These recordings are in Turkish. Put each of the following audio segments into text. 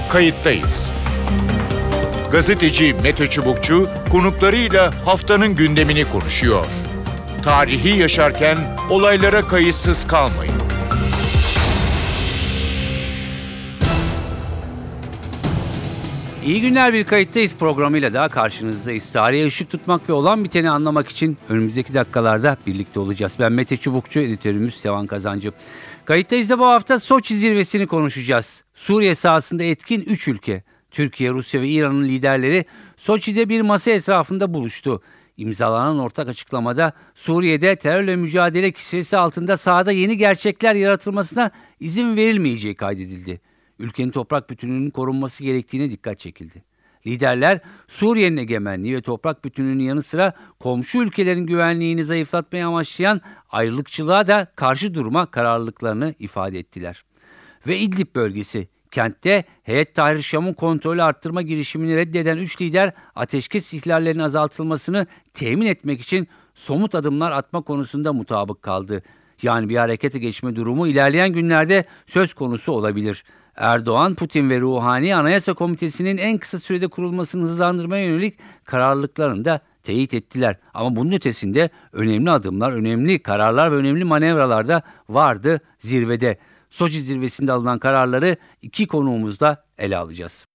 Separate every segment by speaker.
Speaker 1: Kayıttayız. Gazeteci Mete Çubukçu konuklarıyla haftanın gündemini konuşuyor. Tarihi yaşarken olaylara kayıtsız kalmayın.
Speaker 2: İyi günler, bir Kayıttayız programıyla daha karşınızdayız. Tarihe ışık tutmak ve olan biteni anlamak için önümüzdeki dakikalarda birlikte olacağız. Ben Mete Çubukçu, editörümüz Sevan Kazancı. Kayıttayız'da bu hafta Soçi zirvesini konuşacağız. Suriye sahasında etkin 3 ülke, Türkiye, Rusya ve İran'ın liderleri Soçi'de bir masa etrafında buluştu. İmzalanan ortak açıklamada Suriye'de terörle mücadele kisvesi altında sahada yeni gerçekler yaratılmasına izin verilmeyeceği kaydedildi. Ülkenin toprak bütünlüğünün korunması gerektiğine dikkat çekildi. Liderler Suriye'nin egemenliği ve toprak bütünlüğünün yanı sıra komşu ülkelerin güvenliğini zayıflatmayı amaçlayan ayrılıkçılığa da karşı durma kararlılıklarını ifade ettiler. Ve İdlib bölgesi, kentte Heyet Tahrir Şam'ın kontrolü arttırma girişimini reddeden 3 lider ateşkes ihlallerinin azaltılmasını temin etmek için somut adımlar atma konusunda mutabık kaldı. Yani bir harekete geçme durumu ilerleyen günlerde söz konusu olabilir. Erdoğan, Putin ve Ruhani Anayasa Komitesi'nin en kısa sürede kurulmasını hızlandırmaya yönelik kararlılıklarını da teyit ettiler. Ama bunun ötesinde önemli adımlar, önemli kararlar ve önemli manevralar da vardı zirvede. Soçi zirvesinde alınan kararları iki konuğumuzda ele alacağız.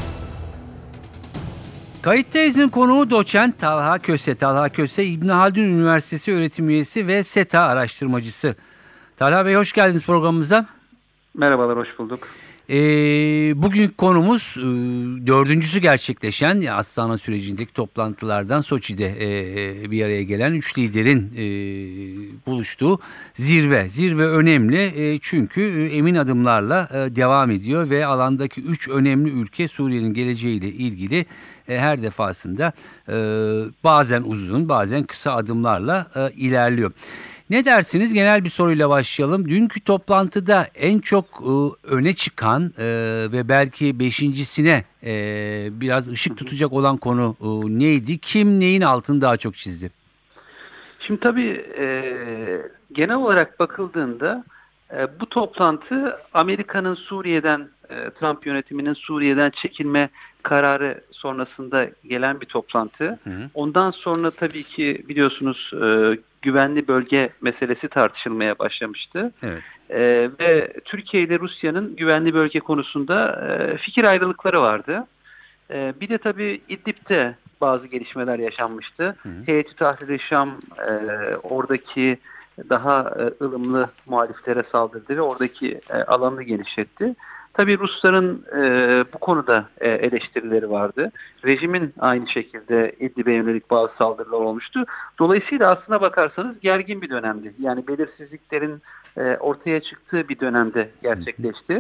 Speaker 2: Kayıttayız'ın konuğu doçent Talha Köse. Talha Köse, İbn Haldun Üniversitesi öğretim üyesi ve SETA araştırmacısı. Talha Bey, hoş geldiniz programımıza.
Speaker 3: Merhabalar, hoş bulduk.
Speaker 2: Bugün konumuz dördüncüsü gerçekleşen Astana sürecindeki toplantılardan Soçi'de bir araya gelen 3 liderin buluştuğu zirve. Zirve önemli çünkü emin adımlarla devam ediyor ve alandaki 3 önemli ülke Suriye'nin geleceğiyle ilgili her defasında bazen uzun bazen kısa adımlarla ilerliyor. Ne dersiniz? Genel bir soruyla başlayalım. Dünkü toplantıda en çok öne çıkan ve belki beşincisine biraz ışık tutacak olan konu neydi? Kim neyin altını daha çok çizdi?
Speaker 3: Şimdi tabii genel olarak bakıldığında bu toplantı Amerika'nın Suriye'den, Trump yönetiminin Suriye'den çekilme kararı sonrasında gelen bir toplantı. Hı. Ondan sonra tabii ki biliyorsunuz güvenli bölge meselesi tartışılmaya başlamıştı. Evet. Ve Türkiye ile Rusya'nın güvenli bölge konusunda fikir ayrılıkları vardı. Bir de tabii İdlib'de bazı gelişmeler yaşanmıştı. Heyet-i Tahrir Şam oradaki daha ılımlı muhaliflere saldırdı ve oradaki alanını genişletti. Tabii Rusların bu konuda eleştirileri vardı. Rejimin aynı şekilde İdlib'e yönelik bazı saldırılar olmuştu. Dolayısıyla aslına bakarsanız gergin bir dönemdi. Yani belirsizliklerin ortaya çıktığı bir dönemde gerçekleşti.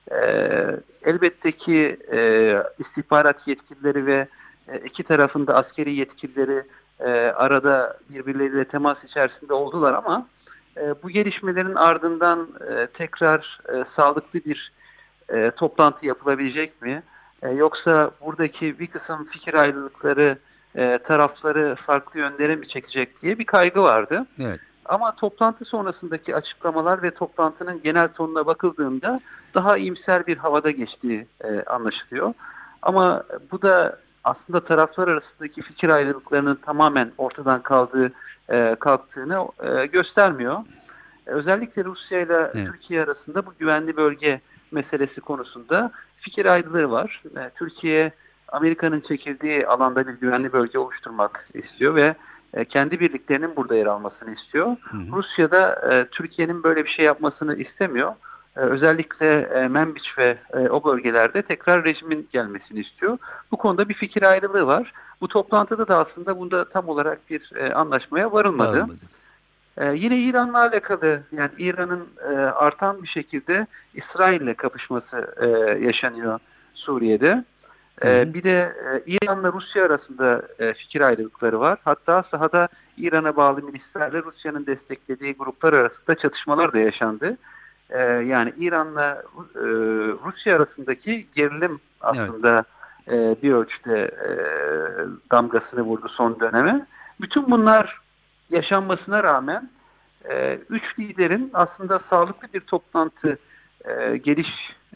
Speaker 3: Elbette ki istihbarat yetkilileri ve iki tarafın da askeri yetkilileri arada birbirleriyle temas içerisinde oldular ama bu gelişmelerin ardından tekrar sağlıklı bir toplantı yapılabilecek mi? Yoksa buradaki bir kısım fikir ayrılıkları tarafları farklı yönlere mi çekecek diye bir kaygı vardı. Evet. Ama toplantı sonrasındaki açıklamalar ve toplantının genel tonuna bakıldığında daha iyimser bir havada geçtiği anlaşılıyor. Ama bu da aslında taraflar arasındaki fikir ayrılıklarının tamamen ortadan kalktığını göstermiyor. Özellikle Rusya ile Türkiye arasında bu güvenli bölge meselesi konusunda fikir ayrılığı var. Türkiye, Amerika'nın çekildiği alanda bir güvenli bölge oluşturmak istiyor ve kendi birliklerinin burada yer almasını istiyor. Rusya da Türkiye'nin böyle bir şey yapmasını istemiyor. Özellikle Menbiç ve o bölgelerde tekrar rejimin gelmesini istiyor. Bu konuda bir fikir ayrılığı var. Bu toplantıda da aslında bunda tam olarak bir anlaşmaya varılmadı. Yine İran'la alakalı, yani İran'ın artan bir şekilde İsrail'le kapışması yaşanıyor Suriye'de. Bir de İran'la Rusya arasında fikir ayrılıkları var. Hatta sahada İran'a bağlı milislerle Rusya'nın desteklediği gruplar arasında çatışmalar da yaşandı. Yani İran'la Rusya arasındaki gerilim aslında bir ölçüde damgasını vurdu son döneme. Bütün bunlar yaşanmasına rağmen üç liderin aslında sağlıklı bir toplantı geliş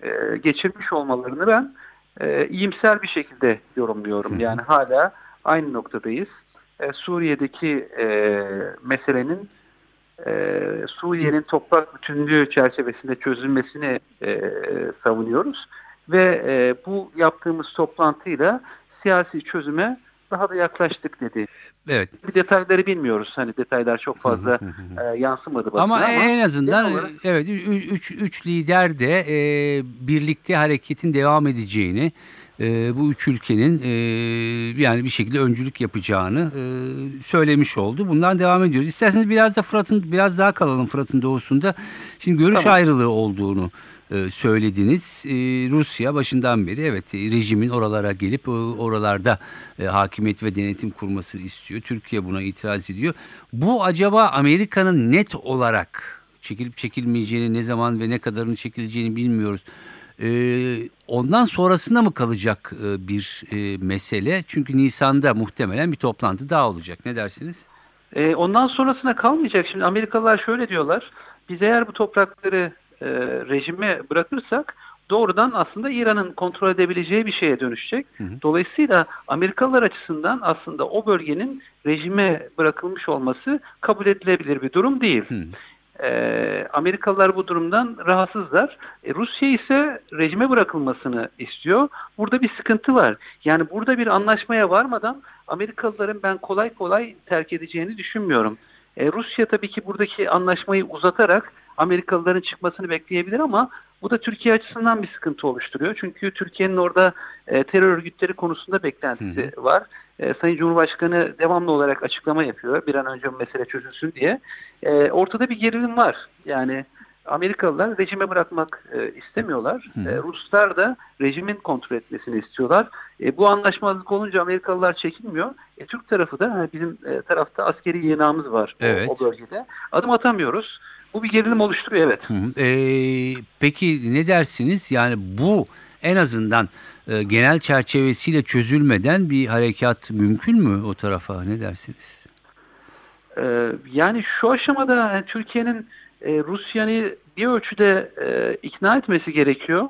Speaker 3: geçirmiş olmalarını ben iyimser bir şekilde yorumluyorum. Yani hala aynı noktadayız. Suriye'deki meselenin Suriye'nin toprak bütünlüğü çerçevesinde çözülmesini savunuyoruz. Ve bu yaptığımız toplantıyla siyasi çözüme daha da yaklaştık dedi.
Speaker 2: Evet.
Speaker 3: Bir detayları bilmiyoruz. Hani detaylar çok fazla yansımadı basına
Speaker 2: Ama en azından
Speaker 3: olarak...
Speaker 2: evet üç lider de birlikte hareketin devam edeceğini, bu üç ülkenin yani bir şekilde öncülük yapacağını söylemiş oldu. Bundan devam ediyoruz. İsterseniz biraz daha kalalım Fırat'ın doğusunda. Şimdi görüş ayrılığı olduğunu söylediniz. Rusya başından beri evet rejimin oralara gelip oralarda hakimiyet ve denetim kurmasını istiyor. Türkiye buna itiraz ediyor. Bu acaba Amerika'nın net olarak çekilip çekilmeyeceğini, ne zaman ve ne kadarını çekileceğini bilmiyoruz. Ondan sonrasında mı kalacak bir mesele? Çünkü Nisan'da muhtemelen bir toplantı daha olacak. Ne dersiniz?
Speaker 3: Ondan sonrasına kalmayacak. Şimdi Amerikalılar şöyle diyorlar. Biz eğer bu toprakları rejime bırakırsak doğrudan aslında İran'ın kontrol edebileceği bir şeye dönüşecek. Dolayısıyla Amerikalılar açısından aslında o bölgenin rejime bırakılmış olması kabul edilebilir bir durum değil. Amerikalılar bu durumdan rahatsızlar. Rusya ise rejime bırakılmasını istiyor. Burada bir sıkıntı var. Yani burada bir anlaşmaya varmadan Amerikalıların ben kolay kolay terk edeceğini düşünmüyorum. Rusya tabii ki buradaki anlaşmayı uzatarak Amerikalıların çıkmasını bekleyebilir ama bu da Türkiye açısından bir sıkıntı oluşturuyor. Çünkü Türkiye'nin orada terör örgütleri konusunda beklentisi var. Sayın Cumhurbaşkanı devamlı olarak açıklama yapıyor. Bir an önce bu mesele çözülsün diye. Ortada bir gerilim var. Yani Amerikalılar rejime bırakmak istemiyorlar. Ruslar da rejimin kontrol etmesini istiyorlar. Bu anlaşmazlık olunca Amerikalılar çekinmiyor. Türk tarafı da bizim tarafta askeri yığınağımız var o bölgede. Adım atamıyoruz. Bu bir gerilim oluşturuyor evet.
Speaker 2: Peki ne dersiniz? Yani bu en azından genel çerçevesiyle çözülmeden bir harekat mümkün mü o tarafa? Ne dersiniz?
Speaker 3: Yani şu aşamada Türkiye'nin Rusya'yı bir ölçüde ikna etmesi gerekiyor.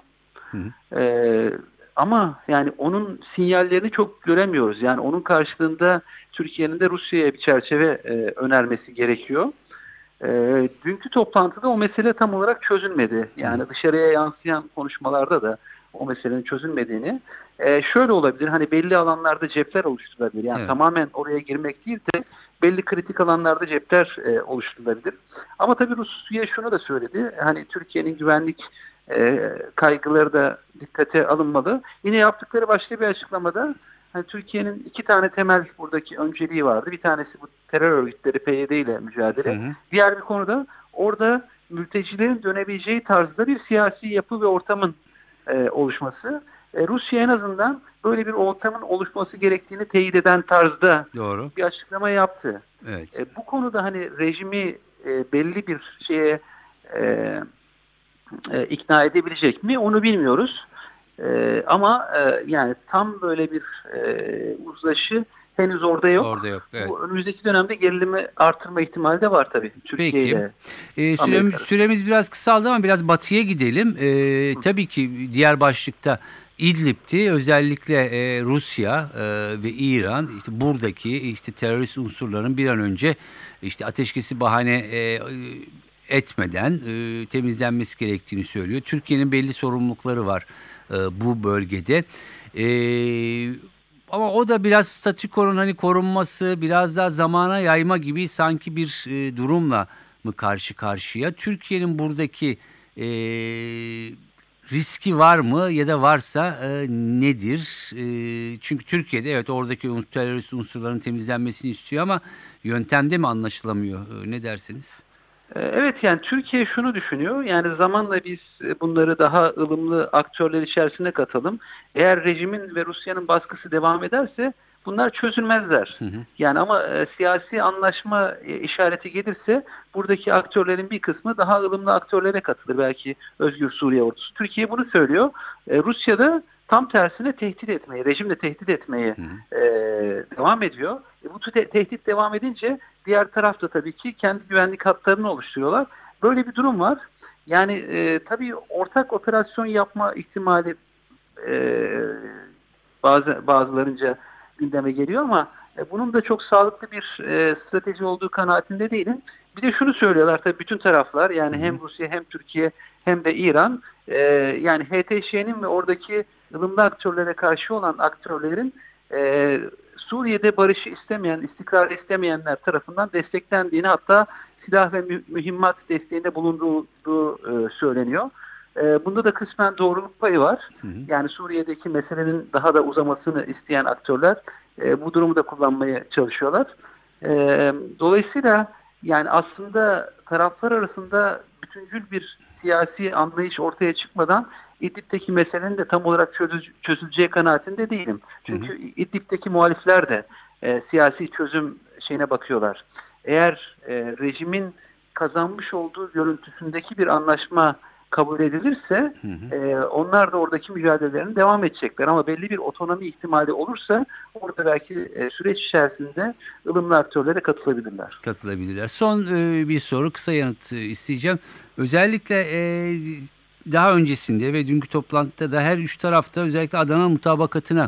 Speaker 3: Ama yani onun sinyallerini çok göremiyoruz. Yani onun karşılığında Türkiye'nin de Rusya'ya bir çerçeve önermesi gerekiyor. Dünkü toplantıda o mesele tam olarak çözülmedi. Yani dışarıya yansıyan konuşmalarda da o meselenin çözülmediğini. Şöyle olabilir, hani belli alanlarda cepler oluşturulabilir. Yani tamamen oraya girmek değil de belli kritik alanlarda cepler oluşturulabilir. Ama tabii Rusya şunu da söyledi. Hani Türkiye'nin güvenlik kaygıları da dikkate alınmalı. Yine yaptıkları başka bir açıklamada hani Türkiye'nin iki tane temel buradaki önceliği vardı. Bir tanesi bu terör örgütleri PYD ile mücadele. Diğer bir konuda orada mültecilerin dönebileceği tarzda bir siyasi yapı ve ortamın oluşması. Rusya en azından böyle bir ortamın oluşması gerektiğini teyit eden tarzda bir açıklama yaptı. Bu konuda hani rejimi belli bir şeye ikna edebilecek mi onu bilmiyoruz. Ama yani tam böyle bir uzlaşı henüz orada yok.
Speaker 2: Orada yok. Evet.
Speaker 3: Bu önümüzdeki dönemde gerilimi artırma ihtimali de var tabii. Türkiye ile
Speaker 2: süremiz biraz kısaldı ama biraz batıya gidelim. Tabii ki diğer başlıkta İdlib'ti. Özellikle Rusya ve İran işte buradaki terörist unsurların bir an önce ateşkesi bahane etmeden temizlenmesi gerektiğini söylüyor. Türkiye'nin belli sorumlulukları var bu bölgede. Ama o da biraz statükonun hani korunması, biraz daha zamana yayma gibi sanki bir durumla mı karşı karşıya? Türkiye'nin buradaki riski var mı ya da varsa nedir? Çünkü Türkiye'de evet oradaki terörist unsurların temizlenmesini istiyor ama yöntemde mi anlaşılamıyor? Ne dersiniz?
Speaker 3: Evet yani Türkiye şunu düşünüyor. Yani zamanla biz bunları daha ılımlı aktörler içerisine katalım. Eğer rejimin ve Rusya'nın baskısı devam ederse bunlar çözülmezler. Yani ama siyasi anlaşma işareti gelirse buradaki aktörlerin bir kısmı daha ılımlı aktörlere katılır. Belki Özgür Suriye Ordusu. Türkiye bunu söylüyor. Rusya da tam tersine tehdit etmeyi, rejimle tehdit etmeyi devam ediyor. Bu tehdit devam edince diğer tarafta tabii ki kendi güvenlik hatlarını oluşturuyorlar. Böyle bir durum var. Yani tabii ortak operasyon yapma ihtimali bazılarınca gündeme geliyor ama bunun da çok sağlıklı bir strateji olduğu kanaatinde değilim. Bir de şunu söylüyorlar tabii bütün taraflar, yani hem Rusya hem Türkiye hem de İran, yani HTŞ'nin ve oradaki ılımlı aktörlere karşı olan aktörlerin Suriye'de barışı istemeyen, istikrarı istemeyenler tarafından desteklendiğini, hatta silah ve mühimmat desteğinde bulunduğu söyleniyor. Bunda da kısmen doğruluk payı var. Yani Suriye'deki meselenin daha da uzamasını isteyen aktörler bu durumu da kullanmaya çalışıyorlar. Dolayısıyla yani aslında taraflar arasında bütüncül bir siyasi anlayış ortaya çıkmadan İdlib'deki meselenin de tam olarak çözüleceği kanaatinde değilim. Çünkü İdlib'deki muhalifler de siyasi çözüm şeyine bakıyorlar. Eğer rejimin kazanmış olduğu görüntüsündeki bir anlaşma kabul edilirse onlar da oradaki mücadelelerini devam edecekler. Ama belli bir otonomi ihtimali olursa orada belki süreç içerisinde ılımlı aktörlere katılabilirler.
Speaker 2: Son bir soru, kısa yanıt isteyeceğim. Özellikle daha öncesinde ve dünkü toplantıda da her üç tarafta özellikle Adana mutabakatına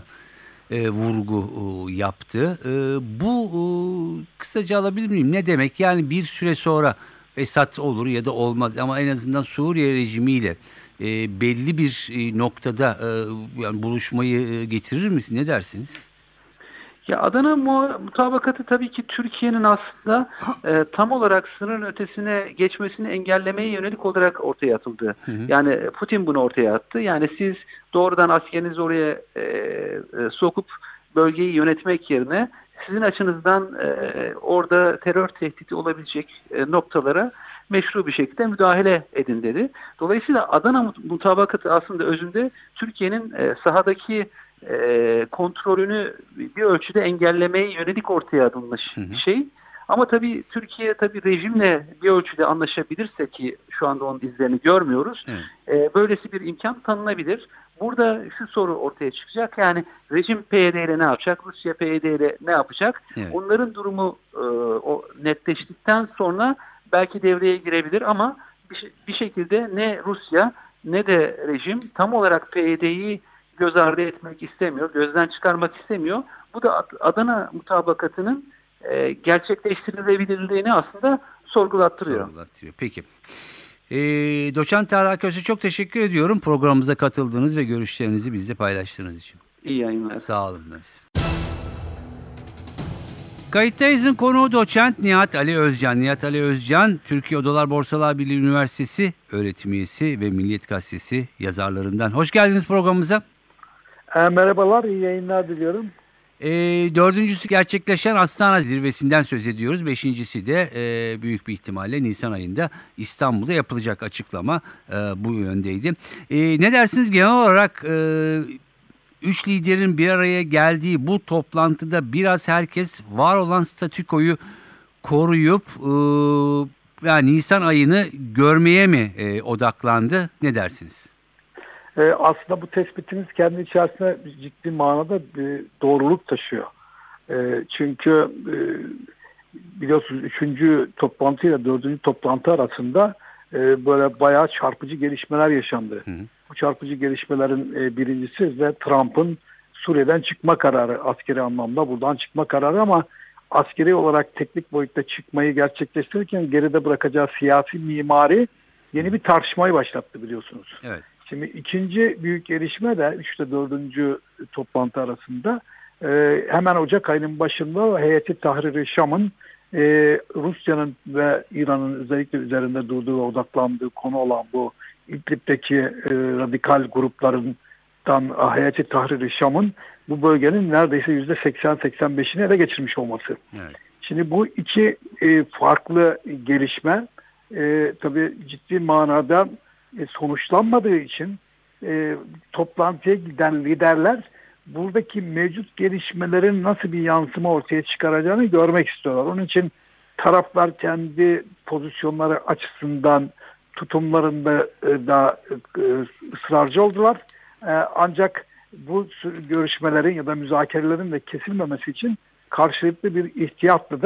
Speaker 2: vurgu yaptı. Bu kısaca alabilir miyim? Ne demek? Yani bir süre sonra Esad olur ya da olmaz ama en azından Suriye rejimiyle belli bir noktada yani buluşmayı getirir misin? Ne dersiniz?
Speaker 3: Ya Adana mutabakatı tabii ki Türkiye'nin aslında tam olarak sınırın ötesine geçmesini engellemeye yönelik olarak ortaya atıldı. Yani Putin bunu ortaya attı. Yani siz doğrudan askerinizi oraya sokup bölgeyi yönetmek yerine sizin açınızdan orada terör tehdidi olabilecek noktalara meşru bir şekilde müdahale edin dedi. Dolayısıyla Adana mutabakatı aslında özünde Türkiye'nin sahadaki kontrolünü bir ölçüde engellemeye yönelik ortaya atılmış bir şey. Ama tabii Türkiye rejimle bir ölçüde anlaşabilirse, ki şu anda onun izlerini görmüyoruz. Böylesi bir imkan tanınabilir. Burada şu soru ortaya çıkacak. Yani rejim PYD ile ne yapacak? Rusya PYD ile ne yapacak? Onların durumu netleştikten sonra belki devreye girebilir ama bir şekilde ne Rusya ne de rejim tam olarak PYD'yi göz ardı etmek istemiyor, gözden çıkarmak istemiyor. Bu da Adana mutabakatının gerçekleştirilebilirliğini aslında sorgulattırıyor.
Speaker 2: Peki. Doçent Tarık Köse, çok teşekkür ediyorum programımıza katıldığınız ve görüşlerinizi bizle paylaştığınız için.
Speaker 3: İyi yayınlar.
Speaker 2: Sağ olun. Kayıttayız'ın konuğu doçent Nihat Ali Özcan. Nihat Ali Özcan, Türkiye Odalar Borsalar Birliği Üniversitesi öğretim üyesi ve Milliyet Gazetesi yazarlarından. Hoş geldiniz programımıza.
Speaker 4: Merhabalar, iyi yayınlar diliyorum.
Speaker 2: Dördüncüsü gerçekleşen Astana zirvesinden söz ediyoruz. Beşincisi de büyük bir ihtimalle Nisan ayında İstanbul'da yapılacak açıklama bu yöndeydi. Ne dersiniz genel olarak üç liderin bir araya geldiği bu toplantıda biraz herkes var olan statükoyu koruyup yani Nisan ayını görmeye mi odaklandı? Ne dersiniz?
Speaker 4: Aslında bu tespitiniz kendi içerisinde ciddi manada doğruluk taşıyor. Çünkü biliyorsunuz 3. toplantıyla 4. toplantı arasında böyle bayağı çarpıcı gelişmeler yaşandı. Bu çarpıcı gelişmelerin birincisi de Trump'ın Suriye'den çıkma kararı, askeri anlamda buradan çıkma kararı, ama askeri olarak teknik boyutta çıkmayı gerçekleştirirken geride bırakacağı siyasi mimari yeni bir tartışmayı başlattı biliyorsunuz.
Speaker 2: Evet.
Speaker 4: Şimdi ikinci büyük gelişme de 3'te 4. toplantı arasında hemen Ocak ayının başında Heyeti Tahrir-i Şam'ın Rusya'nın ve İran'ın özellikle üzerinde durduğu ve odaklandığı konu olan bu İdlib'deki radikal gruplarından Heyeti Tahrir-i Şam'ın bu bölgenin neredeyse %80-85'ini ele geçirmiş olması.
Speaker 2: Evet.
Speaker 4: Şimdi bu iki farklı gelişme tabii ciddi manada sonuçlanmadığı için toplantıya giden liderler buradaki mevcut gelişmelerin nasıl bir yansıma ortaya çıkaracağını görmek istiyorlar. Onun için taraflar kendi pozisyonları açısından tutumlarında da ısrarcı oldular. Ancak bu görüşmelerin ya da müzakerelerin de kesilmemesi için karşılıklı bir ihtiyatla da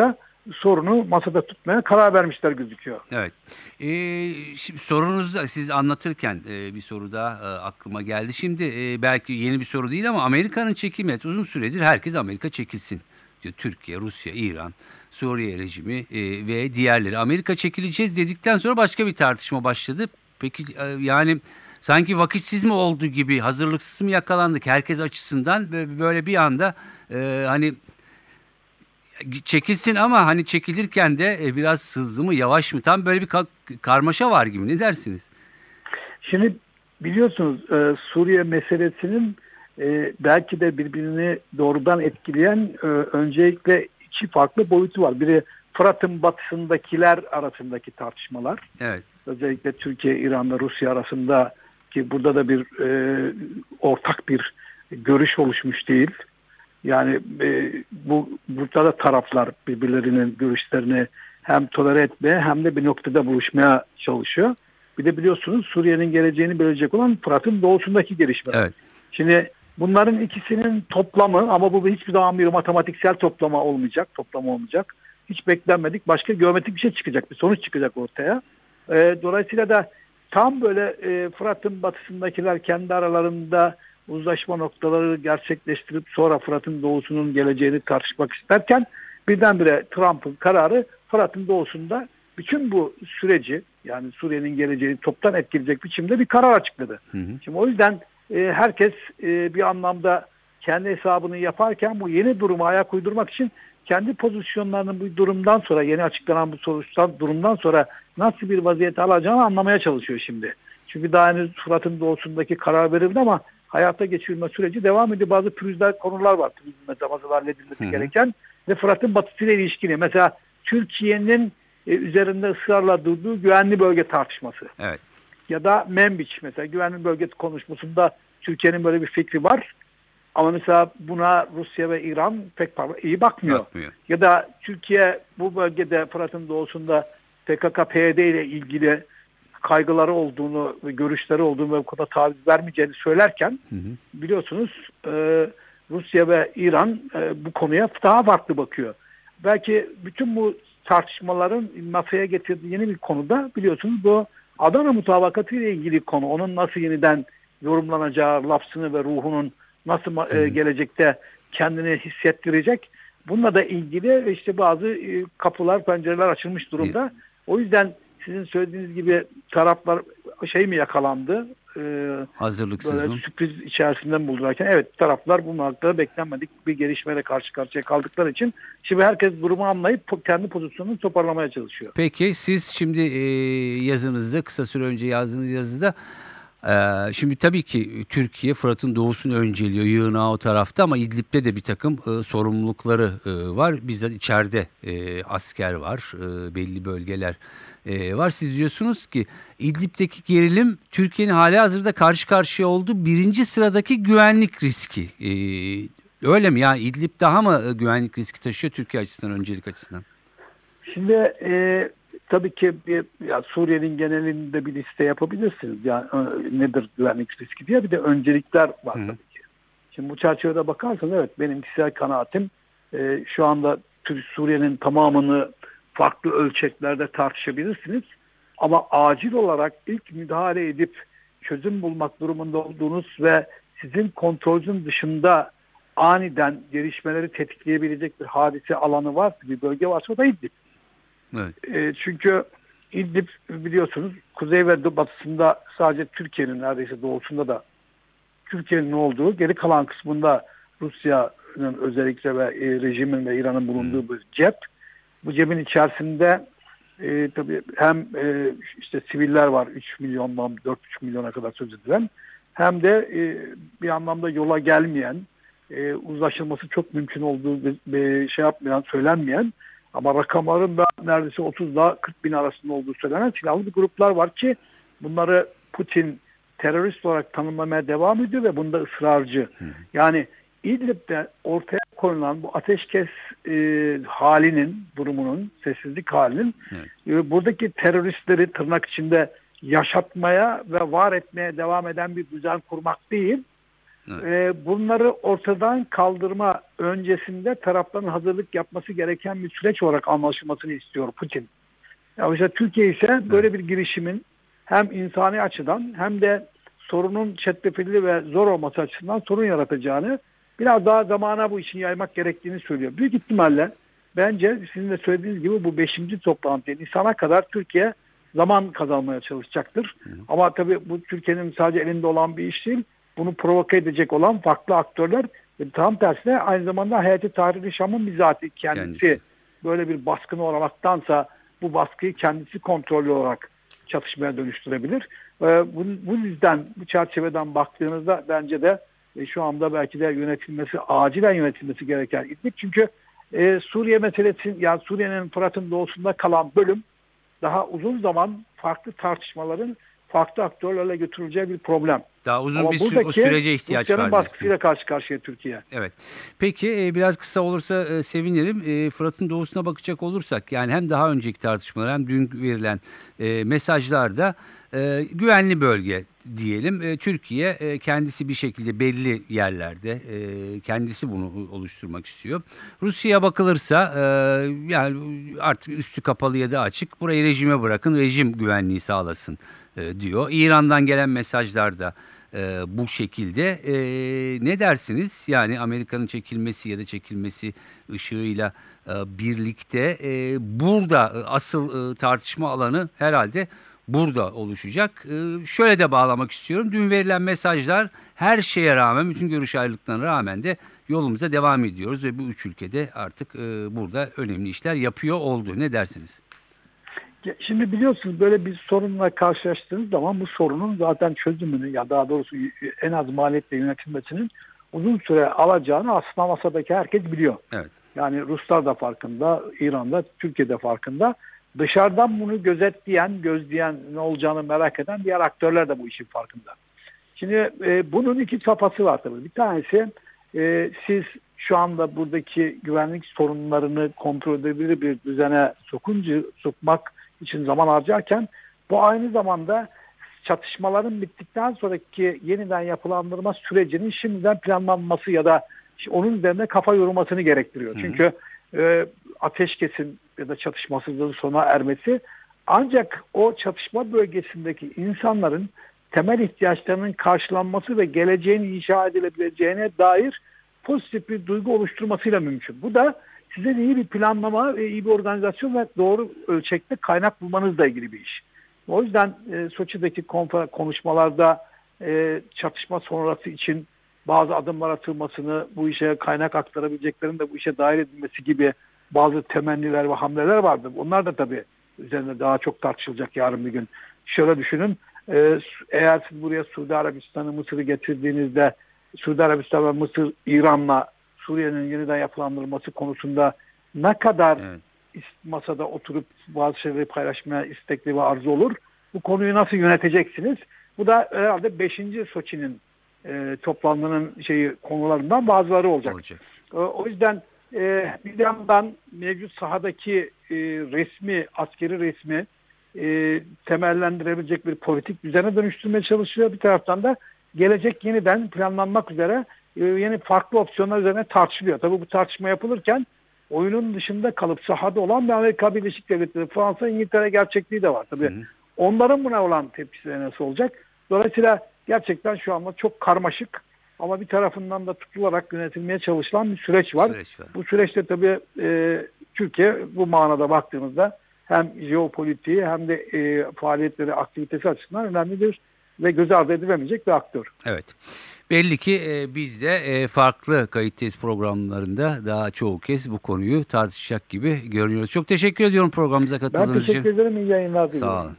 Speaker 4: sorunu masada tutmaya karar vermişler gözüküyor.
Speaker 2: Evet. Şimdi sorunuzda siz anlatırken bir soru daha aklıma geldi. Şimdi belki yeni bir soru değil ama Amerika'nın çekilmesi uzun süredir herkes Amerika çekilsin diyor. Türkiye, Rusya, İran, Suriye rejimi ve diğerleri. Amerika çekileceğiz dedikten sonra başka bir tartışma başladı. Peki yani sanki vakitsiz mi oldu gibi, hazırlıksız mı yakalandık herkes açısından böyle bir anda hani çekilsin ama hani çekilirken de biraz hızlı mı yavaş mı tam böyle bir karmaşa var gibi, ne dersiniz?
Speaker 4: Şimdi biliyorsunuz Suriye meselesinin belki de birbirini doğrudan etkileyen öncelikle iki farklı boyutu var. Biri Fırat'ın batısındakiler arasındaki tartışmalar.
Speaker 2: Evet.
Speaker 4: Özellikle Türkiye, İran ve Rusya arasında ki burada da bir ortak bir görüş oluşmuş değil. Yani burada da taraflar birbirlerinin görüşlerini hem tolere etmeye hem de bir noktada buluşmaya çalışıyor. Bir de biliyorsunuz Suriye'nin geleceğini belirleyecek olan Fırat'ın doğusundaki gelişmeler.
Speaker 2: Evet.
Speaker 4: Şimdi bunların ikisinin toplamı ama bu hiçbir zaman bir matematiksel toplama olmayacak. Hiç beklenmedik. Başka geometrik bir şey çıkacak. Bir sonuç çıkacak ortaya. Dolayısıyla da tam böyle Fırat'ın batısındakiler kendi aralarında uzlaşma noktaları gerçekleştirip sonra Fırat'ın doğusunun geleceğini tartışmak isterken birdenbire Trump'ın kararı Fırat'ın doğusunda bütün bu süreci, yani Suriye'nin geleceğini toptan etkileyecek biçimde bir karar açıkladı. Hı hı. Şimdi o yüzden herkes bir anlamda kendi hesabını yaparken bu yeni duruma ayak uydurmak için kendi pozisyonlarının bu durumdan sonra, yeni açıklanan bu durumdan sonra nasıl bir vaziyete alacağını anlamaya çalışıyor şimdi. Çünkü daha henüz Fırat'ın doğusundaki karar verildi ama hayata geçirilme süreci devam ediyor. Bazı pürüzler, konular var. Pürüzler halledilmesi gereken ve Fırat'ın batısıyla ilişkili. Mesela Türkiye'nin üzerinde ısrarla durduğu güvenli bölge tartışması. Evet. Ya da Menbiç mesela güvenli bölge konuşmasında Türkiye'nin böyle bir fikri var. Ama mesela buna Rusya ve İran pek iyi bakmıyor. Ya da Türkiye bu bölgede Fırat'ın doğusunda PKK-PYD ile ilgili kaygıları olduğunu ve görüşleri olduğunu ve bu kadar taviz vermeyeceğini söylerken biliyorsunuz Rusya ve İran bu konuya daha farklı bakıyor. Belki bütün bu tartışmaların masaya getirdiği yeni bir konuda biliyorsunuz bu Adana Mutabakatı ile ilgili konu. Onun nasıl yeniden yorumlanacağı, lafzını ve ruhunun nasıl gelecekte kendini hissettirecek. Bununla da ilgili işte bazı kapılar, pencereler açılmış durumda. O yüzden sizin söylediğiniz gibi taraflar mi yakalandı?
Speaker 2: Hazırlıksız
Speaker 4: böyle
Speaker 2: mı?
Speaker 4: Sürpriz içerisinden bulurken evet taraflar bu noktada beklenmedik bir gelişmeyle karşı karşıya kaldıkları için şimdi herkes durumu anlayıp kendi pozisyonunu toparlamaya çalışıyor.
Speaker 2: Peki siz şimdi yazınızda, kısa süre önce yazdığınız yazıda şimdi tabii ki Türkiye Fırat'ın doğusunu önceliyor, yığınağı o tarafta ama İdlib'de de bir takım sorumlulukları var. Bizzat içeride asker var, belli bölgeler var. Siz diyorsunuz ki İdlib'deki gerilim Türkiye'nin halihazırda karşı karşıya olduğu birinci sıradaki güvenlik riski. Öyle mi? Yani İdlib daha mı güvenlik riski taşıyor Türkiye açısından, öncelik açısından?
Speaker 4: Şimdi tabii ki Suriye'nin genelinde bir liste yapabilirsiniz. Yani nedir güvenlik riski diye bir de öncelikler var tabii ki. Şimdi bu çerçevede bakarsanız evet benim kişisel kanaatim şu anda Suriye'nin tamamını farklı ölçeklerde tartışabilirsiniz. Ama acil olarak ilk müdahale edip çözüm bulmak durumunda olduğunuz ve sizin kontrolünüzün dışında aniden gelişmeleri tetikleyebilecek bir hadise alanı var, bir bölge varsa o da İdlib. Evet. Çünkü İdlib biliyorsunuz kuzey ve batısında sadece Türkiye'nin neredeyse doğusunda da Türkiye'nin olduğu, geri kalan kısmında Rusya'nın özellikle ve rejimin ve İran'ın bulunduğu bir cep. Bu cebin içerisinde tabii hem işte siviller var 3 milyondan 4,5 milyona kadar söz edilen hem de bir anlamda yola gelmeyen uzlaşılması çok mümkün olduğu bir şey yapmayan, söylenmeyen ama rakamların da neredeyse 30 ile 40 bin arasında olduğu söylenen silahlı bir gruplar var ki bunları Putin terörist olarak tanımlamaya devam ediyor ve bunda ısrarcı. Yani İdlib'de ortaya konulan bu ateşkes halinin, durumunun, sessizlik halinin buradaki teröristleri tırnak içinde yaşatmaya ve var etmeye devam eden bir düzen kurmak değil, Bunları ortadan kaldırma öncesinde tarafların hazırlık yapması gereken bir süreç olarak anlaşılmasını istiyor Putin. Ya mesela Türkiye ise böyle bir girişimin hem insani açıdan hem de sorunun çetrefilli ve zor olması açısından sorun yaratacağını, biraz daha zamana bu işin yaymak gerektiğini söylüyor. Büyük ihtimalle bence sizin de söylediğiniz gibi bu 5. toplantı Nisan'a kadar Türkiye zaman kazanmaya çalışacaktır. Ama tabii bu Türkiye'nin sadece elinde olan bir iş değil. Bunu provoke edecek olan farklı aktörler ve tam tersine aynı zamanda Hayati Tahrir-i Şam'ın bizatihi kendisi böyle bir baskın olaraktansa bu baskıyı kendisi kontrollü olarak çatışmaya dönüştürebilir. Bu yüzden, bu çerçeveden baktığınızda bence de şu anda belki de acilen yönetilmesi gereken İdlib. Çünkü Suriye meselesi, yani Suriye'nin Fırat'ın doğusunda kalan bölüm daha uzun zaman farklı tartışmaların farklı aktörlerle götürüleceği bir problem.
Speaker 2: Daha uzun bir sürece ihtiyaç var.
Speaker 4: Rusya'nın baskısıyla karşı karşıya Türkiye.
Speaker 2: Evet. Peki biraz kısa olursa sevinirim. Fırat'ın doğusuna bakacak olursak, yani hem daha önceki tartışmalar hem dün verilen mesajlarda güvenli bölge diyelim. Türkiye kendisi bir şekilde belli yerlerde kendisi bunu oluşturmak istiyor. Rusya'ya bakılırsa yani artık üstü kapalı ya da açık, burayı rejime bırakın, rejim güvenliği sağlasın diyor. İran'dan gelen mesajlar da bu şekilde. Ne dersiniz? Yani Amerika'nın çekilmesi ya da çekilmesi ışığıyla birlikte burada asıl tartışma alanı herhalde burada oluşacak. Şöyle de bağlamak istiyorum. Dün verilen mesajlar, her şeye rağmen, bütün görüş ayrılıklarına rağmen de yolumuza devam ediyoruz ve bu üç ülkede artık burada önemli işler yapıyor oldu. Ne dersiniz?
Speaker 4: Şimdi biliyorsunuz, böyle bir sorunla karşılaştığınız zaman bu sorunun zaten çözümünü, ya daha doğrusu en az maliyetle yönetilmesinin uzun süre alacağını aslında masadaki herkes biliyor.
Speaker 2: Evet.
Speaker 4: Yani Ruslar da farkında, İran'da, Türkiye'de farkında. Dışarıdan bunu gözleyen, ne olacağını merak eden diğer aktörler de bu işin farkında. Şimdi bunun iki safhası var tabii. Bir tanesi, siz şu anda buradaki güvenlik sorunlarını kontrol edebilir bir düzene sokmak için zaman harcarken, bu aynı zamanda çatışmaların bittikten sonraki yeniden yapılandırma sürecinin şimdiden planlanması ya da onun üzerine kafa yorulmasını gerektiriyor. Çünkü ateşkesin ya da çatışmasızlığın sona ermesi ancak o çatışma bölgesindeki insanların temel ihtiyaçlarının karşılanması ve geleceğin inşa edilebileceğine dair pozitif bir duygu oluşturmasıyla mümkün. Bu da sizin iyi bir planlama ve iyi bir organizasyon ve doğru ölçekte kaynak bulmanızla ilgili bir iş. O yüzden Soçi'deki konuşmalarda çatışma sonrası için bazı adımlar atılmasını, bu işe kaynak aktarabileceklerin de bu işe dahil edilmesi gibi bazı temenniler ve hamleler vardı. Onlar da tabii üzerinde daha çok tartışılacak yarın bir gün. Şöyle düşünün, eğer siz buraya Suudi Arabistan'ı, Mısır'ı getirdiğinizde, Suudi Arabistan ve Mısır, İran'la Suriye'nin yeniden yapılandırılması konusunda ne kadar masada oturup bazı şeyleri paylaşmaya istekli ve arzu olur? Bu konuyu nasıl yöneteceksiniz? Bu da herhalde 5. Soçi'nin toplantının konularından bazıları olacak. O yüzden bir yandan mevcut sahadaki askeri resmi temellendirebilecek bir politik düzene dönüştürmeye çalışıyor. Bir taraftan da gelecek yeniden planlanmak üzere yeni farklı opsiyonlar üzerine tartışılıyor. Tabii bu tartışma yapılırken oyunun dışında kalıp sahada olan bir Amerika Birleşik Devletleri, Fransa, İngiltere gerçekliği de var. Tabii onların buna olan tepkileri nasıl olacak? Dolayısıyla gerçekten şu anda çok karmaşık ama bir tarafından da tutularak yönetilmeye çalışılan bir süreç var. Bu süreçte tabii Türkiye bu manada baktığımızda hem jeopolitiği hem de faaliyetleri, aktivitesi açısından önemlidir ve göz ardı edilemeyecek bir aktör.
Speaker 2: Evet. Belli ki biz de farklı kayıt test programlarında daha çoğu kez bu konuyu tartışacak gibi görünüyoruz. Çok teşekkür ediyorum programımıza katıldığınız için.
Speaker 4: Ben teşekkür ederim. İyi yayınlar diliyorum.
Speaker 2: Sağ olun.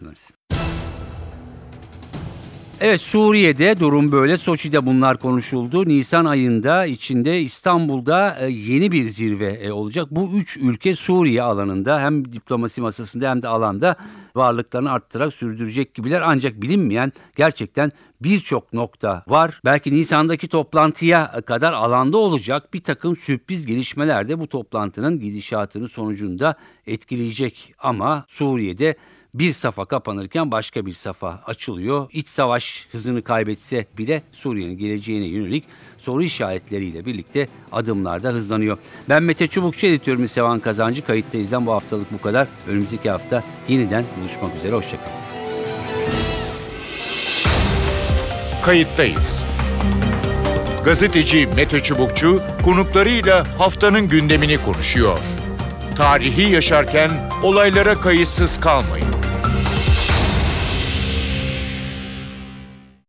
Speaker 2: Evet, Suriye'de durum böyle. Soçi'de bunlar konuşuldu. Nisan ayında içinde İstanbul'da yeni bir zirve olacak. Bu üç ülke Suriye alanında hem diplomasi masasında hem de alanda varlıklarını arttırarak sürdürecek gibiler. Ancak bilinmeyen gerçekten birçok nokta var. Belki Nisan'daki toplantıya kadar alanda olacak bir takım sürpriz gelişmeler de bu toplantının gidişatını sonucunda etkileyecek. Ama Suriye'de bir safa kapanırken başka bir safa açılıyor. İç savaş hızını kaybetse bile Suriye'nin geleceğine yönelik soru işaretleriyle birlikte adımlar da hızlanıyor. Ben Mete Çubukçu, editörümüz Sevan Kazancı. Kayıttayız'dan bu haftalık bu kadar. Önümüzdeki hafta yeniden buluşmak üzere. Hoşçakalın.
Speaker 1: Kayıttayız. Gazeteci Mete Çubukçu konuklarıyla haftanın gündemini konuşuyor. Tarihi yaşarken olaylara kayıtsız kalmayın.